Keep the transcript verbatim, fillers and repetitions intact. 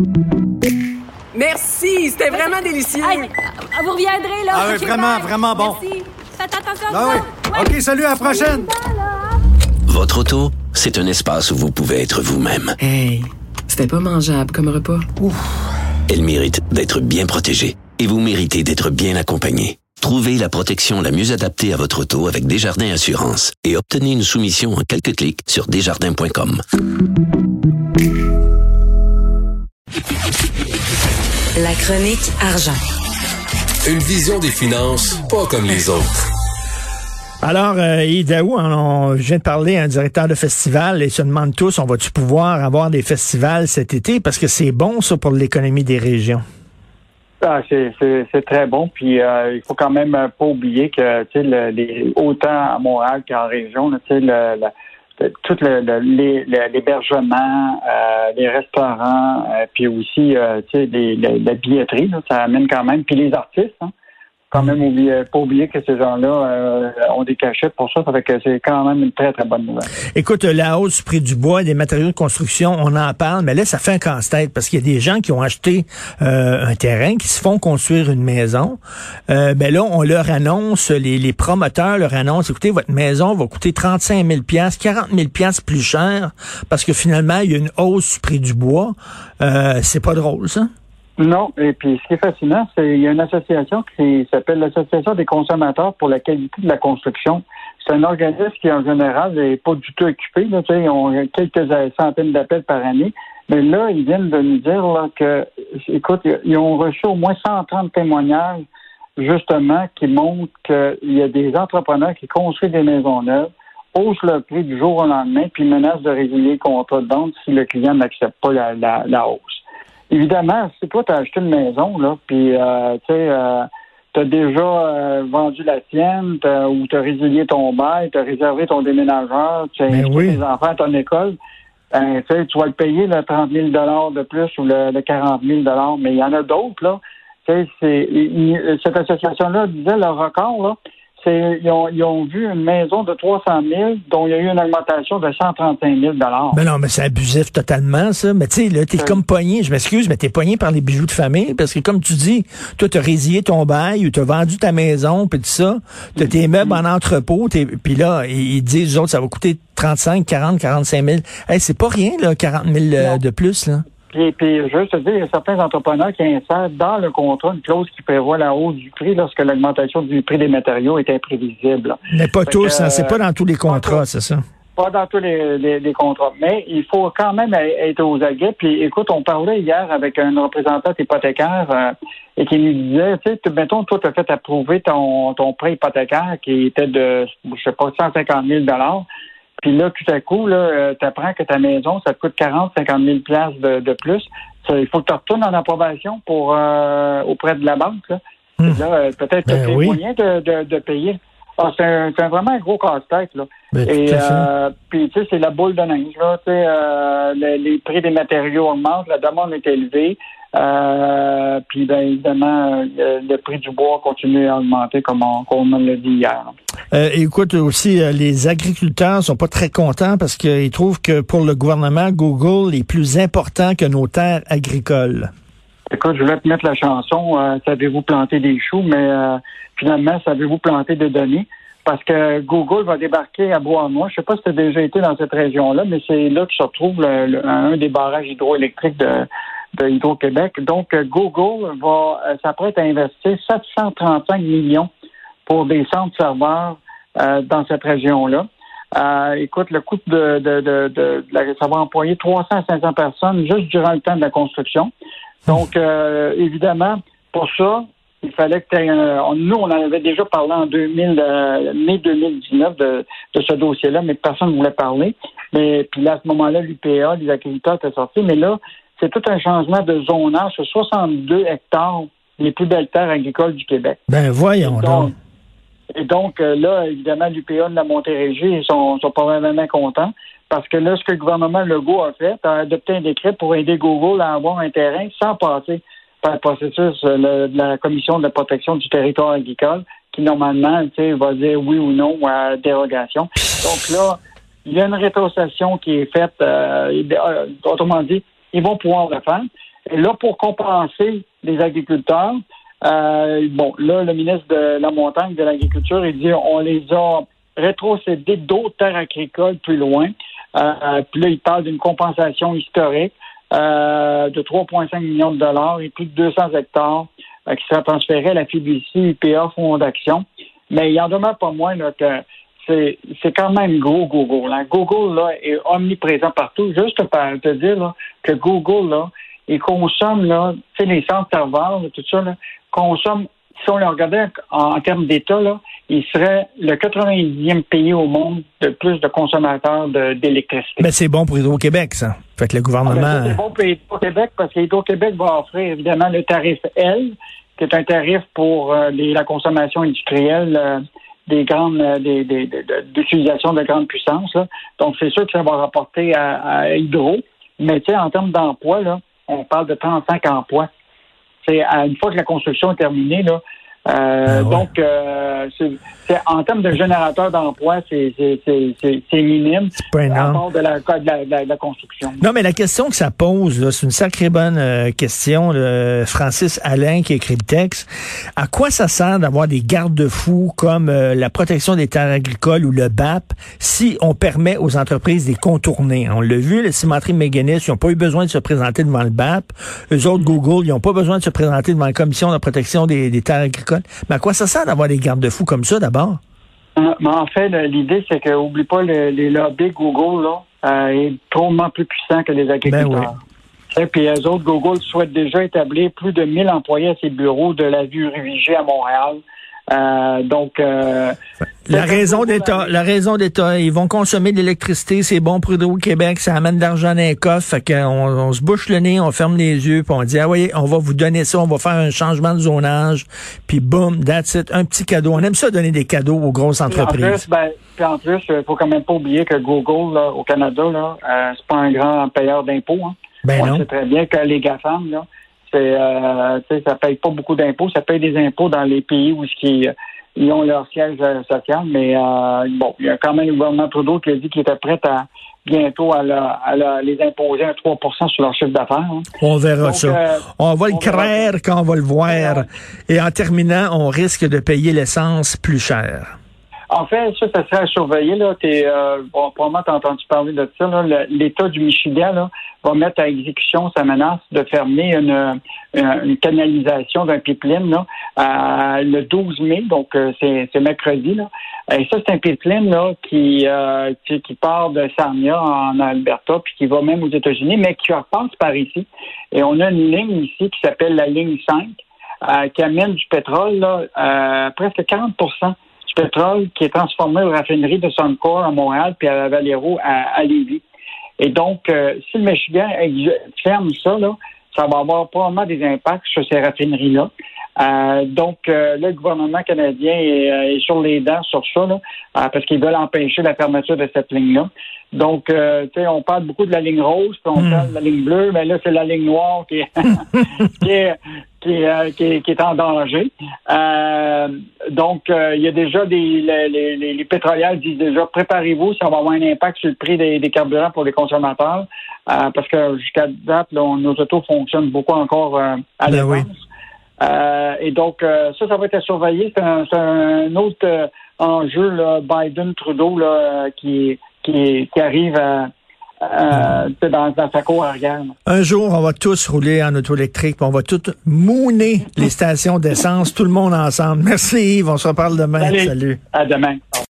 Merci, c'était vraiment délicieux. Hey, vous reviendrez, là. Ah oui, okay, vraiment, bye. vraiment bon. Merci. Faites attention. Ah oui. Ouais. OK, salut, à la prochaine. Votre auto, c'est un espace où vous pouvez être vous-même. Hey, c'était pas mangeable comme repas. Ouf. Elle mérite d'être bien protégée et vous méritez d'être bien accompagné. Trouvez la protection la mieux adaptée à votre auto avec Desjardins Assurance et obtenez une soumission en quelques clics sur desjardins point com. La chronique argent. Une vision des finances pas comme les autres. Alors, euh, Yves Daou, on, on, je viens de parler à un directeur de festival et se demande tous, on va-tu pouvoir avoir des festivals cet été? Parce que c'est bon, ça, pour l'économie des régions. Ah, c'est, c'est, c'est très bon. Puis euh, il faut quand même pas oublier que tu sais, le, les, autant à Montréal qu'en région, tu sais, le, le tout le, le, les, l'hébergement, euh, les restaurants, euh, puis aussi euh, tu sais, les, la, la billetterie, là, ça amène quand même. Puis les artistes, hein, quand même oublier, pas oublier que ces gens-là euh, ont des cachets pour ça, ça fait que c'est quand même une très, très bonne nouvelle. Écoute, la hausse du prix du bois et des matériaux de construction, on en parle, mais là, ça fait un casse-tête parce qu'il y a des gens qui ont acheté euh, un terrain, qui se font construire une maison. Euh, ben là, on leur annonce, les, les promoteurs leur annoncent, écoutez, votre maison va coûter trente-cinq mille dollars, quarante mille dollars plus cher parce que finalement, il y a une hausse du prix du bois. Euh, c'est pas drôle, ça? Non, et puis ce qui est fascinant, c'est qu'il y a une association qui s'appelle l'Association des consommateurs pour la qualité de la construction. C'est un organisme qui, en général, n'est pas du tout occupé. Là, tu sais, ils ont quelques centaines d'appels par année. Mais là, ils viennent de nous dire là, que, écoute, ils ont reçu au moins cent trente témoignages, justement, qui montrent qu'il y a des entrepreneurs qui construisent des maisons neuves, haussent le prix du jour au lendemain, puis menacent de résilier le contrat de vente si le client n'accepte pas la, la, la hausse. Évidemment, si toi, tu as acheté une maison, là, puis, euh, tu sais, euh, tu as déjà euh, vendu la tienne, t'as, ou tu as résilié ton bail, tu as réservé ton déménageur, tu as inscrit oui. tes enfants à ton école, ben, tu vas le payer le trente mille dollars de plus ou le, le quarante mille dollars, mais il y en a d'autres, là. Tu sais, c'est, il, cette association-là disait le record, là, c'est, ils, ont, ils ont vu une maison de trois cent mille dont il y a eu une augmentation de cent trente-cinq mille dollars. Ben non, mais c'est abusif totalement, ça. Mais tu sais, là, t'es euh... comme pogné, je m'excuse, mais t'es pogné par les bijoux de famille, parce que comme tu dis, toi, t'as résilié ton bail ou t'as vendu ta maison, puis tout ça, t'as tes meubles en entrepôt, puis là, ils disent, eux autres, ça va coûter trente-cinq, quarante, quarante-cinq mille. Hey, c'est pas rien, là, quarante mille euh, de plus, là. Puis, puis, je veux te dire, il y a certains entrepreneurs qui insèrent dans le contrat une clause qui prévoit la hausse du prix lorsque l'augmentation du prix des matériaux est imprévisible. Mais pas fait tous, que, hein, c'est pas dans tous les contrats, pas, c'est ça? Pas dans tous les, les, les contrats. Mais il faut quand même être aux aguets. Puis, écoute, on parlait hier avec un représentant hypothécaire euh, et qui nous disait, tu sais, mettons, toi, tu as fait approuver ton, ton prêt hypothécaire qui était de, je sais pas, cent cinquante mille dollars. Puis là, tout à coup, là, tu apprends que ta maison, ça te coûte quarante, cinquante mille dollars de, de plus. Ça, il faut que tu retournes en approbation pour euh, auprès de la banque. Là, mmh. là euh, peut-être que tu as oui. moyen de, de, de payer. Ah, c'est, un, c'est un vraiment un gros casse-tête. Là. Ben, Et euh, puis, tu sais, c'est la boule de neige. Là, tu sais, euh, les, les prix des matériaux augmentent, la demande est élevée. Euh, puis, bien évidemment, le, le prix du bois continue à augmenter, comme on, comme on l'a dit hier. Euh, écoute, aussi, euh, les agriculteurs sont pas très contents parce qu'ils trouvent que pour le gouvernement, Google est plus important que nos terres agricoles. Écoute, je voulais te mettre la chanson euh, « Savez-vous planter des choux », mais euh, finalement, « Savez-vous planter des données ». Parce que Google va débarquer à Bois-Arnois. Je sais pas si tu as déjà été dans cette région-là, mais c'est là que se retrouve le, le, un des barrages hydroélectriques de, de Hydro-Québec. Donc, Google va euh, s'apprête à investir sept cent trente-cinq millions pour des centres serveurs euh, dans cette région-là. Euh, écoute, le coût de, de, de, de, de la, ça va employer trois cents à cinq cents personnes juste durant le temps de la construction. Donc, euh, évidemment, pour ça, il fallait que t'aies un, nous, on en avait déjà parlé en deux mille, euh, mai deux mille dix-neuf de, de ce dossier-là, mais personne ne voulait parler. Mais puis là, à ce moment-là, l'U P A, les agriculteurs étaient sortis. Mais là, c'est tout un changement de zonage sur soixante-deux hectares, les plus belles terres agricoles du Québec. Ben voyons et donc. donc. Et donc, euh, là, évidemment, l'U P A de la Montérégie, ils sont, sont pas vraiment contents. Parce que là, ce que le gouvernement Legault a fait, a adopté un décret pour aider Google à avoir un terrain sans passer par le processus le, de la Commission de la protection du territoire agricole, qui normalement, tu sais, va dire oui ou non à dérogation. Donc là, il y a une rétrocession qui est faite, euh, autrement dit, ils vont pouvoir le faire. Et là, pour compenser les agriculteurs, euh, bon, là, le ministre de la Montagne, de l'Agriculture, il dit on les a rétrocédés d'autres terres agricoles plus loin. Euh, puis là, il parle d'une compensation historique euh, de trois virgule cinq millions de dollars et plus de deux cents hectares euh, qui sera transféré à la fiducie U P A Fonds d'Action. Mais il en demeure pas moins là, que c'est, c'est quand même gros Google. Hein. Google là, est omniprésent partout. Juste pour te dire là, que Google, là, il consomme là, tu sais, les centres serveurs, là, tout ça, là, consomme, si on le regardait en, en termes d'État, là, il serait le quatre-vingt-dixième pays au monde de plus de consommateurs de, d'électricité. Mais c'est bon pour Hydro-Québec, ça. Fait que le gouvernement... Ah, ben, c'est bon pour Hydro-Québec parce qu'Hydro-Québec va offrir évidemment le tarif L, qui est un tarif pour euh, les, la consommation industrielle euh, des grandes euh, des, des, des, d'utilisation de grande puissance. Là. Donc, c'est sûr que ça va rapporter à, à Hydro. Mais tu sais, en termes d'emploi, là, on parle de trente-cinq emplois. C'est à, une fois que la construction est terminée, là, euh, ah ouais. donc euh, c'est, c'est, en termes de générateur d'emploi, c'est, c'est, c'est, c'est, c'est minime. C'est pas énorme. À part de la, de la, de la, de la construction. Non, mais la question que ça pose, là, c'est une sacrée bonne euh, question. Là, Francis Alain qui écrit le texte. À quoi ça sert d'avoir des garde-fous comme euh, la protection des terres agricoles ou le B A P si on permet aux entreprises de les contourner? On l'a vu, les cimenteries Méganis, ils n'ont pas eu besoin de se présenter devant le B A P. Eux autres, Google, ils n'ont pas besoin de se présenter devant la Commission de protection des, des terres agricoles. Mais à quoi ça sert d'avoir des garde-fous comme ça, d'abord? Mais en fait, l'idée, c'est que, oublie pas, le, les lobbies Google, là, euh, est trop plus puissant que les agriculteurs. Ben oui. Et puis, eux autres, Google souhaite déjà établir plus de mille employés à ses bureaux de la rue Ruvigé à Montréal. Euh, donc, euh, la raison d'État, la raison d'État, ils vont consommer de l'électricité, c'est bon pour Hydro-Québec, ça amène de l'argent dans les coffres, fait qu'on on se bouche le nez, on ferme les yeux, puis on dit ah oui, on va vous donner ça, on va faire un changement de zonage, puis boum, that's it, un petit cadeau. On aime ça donner des cadeaux aux grosses entreprises. En plus, ben, puis en plus, il faut quand même pas oublier que Google là, au Canada là, euh, c'est pas un grand payeur d'impôts. Hein. Ben on non. sait très bien que les GAFAM là. C'est, euh, ça paye pas beaucoup d'impôts. Ça paye des impôts dans les pays où ils, ils ont leur siège euh, social. Mais euh, bon, il y a quand même le gouvernement Trudeau qui a dit qu'il était prêt à bientôt à, la, à la, les imposer un trois pour cent sur leur chiffre d'affaires. Hein. On verra Donc, ça. Euh, on va le craindre verra... quand on va le voir. Et en terminant, on risque de payer l'essence plus cher. En fait, ça, ça serait à surveiller. Là. T'es, euh, bon, probablement, tu as entendu parler de ça. Là. Le, L'État du Michigan là, va mettre à exécution sa menace de fermer une, une, une canalisation d'un pipeline là, à, le douze mai, donc euh, c'est, c'est mercredi. Là. Et ça, c'est un pipeline là, qui, euh, qui, qui part de Sarnia en Alberta, puis qui va même aux États-Unis, mais qui repasse par ici. Et on a une ligne ici qui s'appelle la ligne cinq, euh, qui amène du pétrole là, euh, presque quarante pour cent pétrole qui est transformé aux raffineries de Suncor à Montréal puis à la Valero à, à Lévis. Et donc, euh, si le Michigan ferme ça, là, ça va avoir probablement des impacts sur ces raffineries-là. Euh, donc, euh, là, le gouvernement canadien est, est sur les dents sur ça, là, euh, parce qu'ils veulent empêcher la fermeture de cette ligne-là. Donc, euh, tu sais, on parle beaucoup de la ligne rose, puis on mmh. parle de la ligne bleue, mais là, c'est la ligne noire qui est, qui est, qui est, euh, qui est, qui est en danger. Euh, donc, il euh, y a déjà des, les, les, les pétrolières disent déjà, préparez-vous, ça va avoir un impact sur le prix des, des carburants pour les consommateurs, euh, parce que jusqu'à date, là, on, nos autos fonctionnent beaucoup encore euh, à ben l'avance. Oui. Euh, et donc, euh, ça, ça va être à surveiller. C'est un, c'est un autre euh, enjeu, là, Biden-Trudeau, là, euh, qui, qui, qui arrive à, à, mmh. dans, dans sa cour arrière. Un jour, on va tous rouler en auto électrique, puis on va tous mouner les stations d'essence, tout le monde ensemble. Merci Yves, on se reparle demain. Salut. Salut. À demain.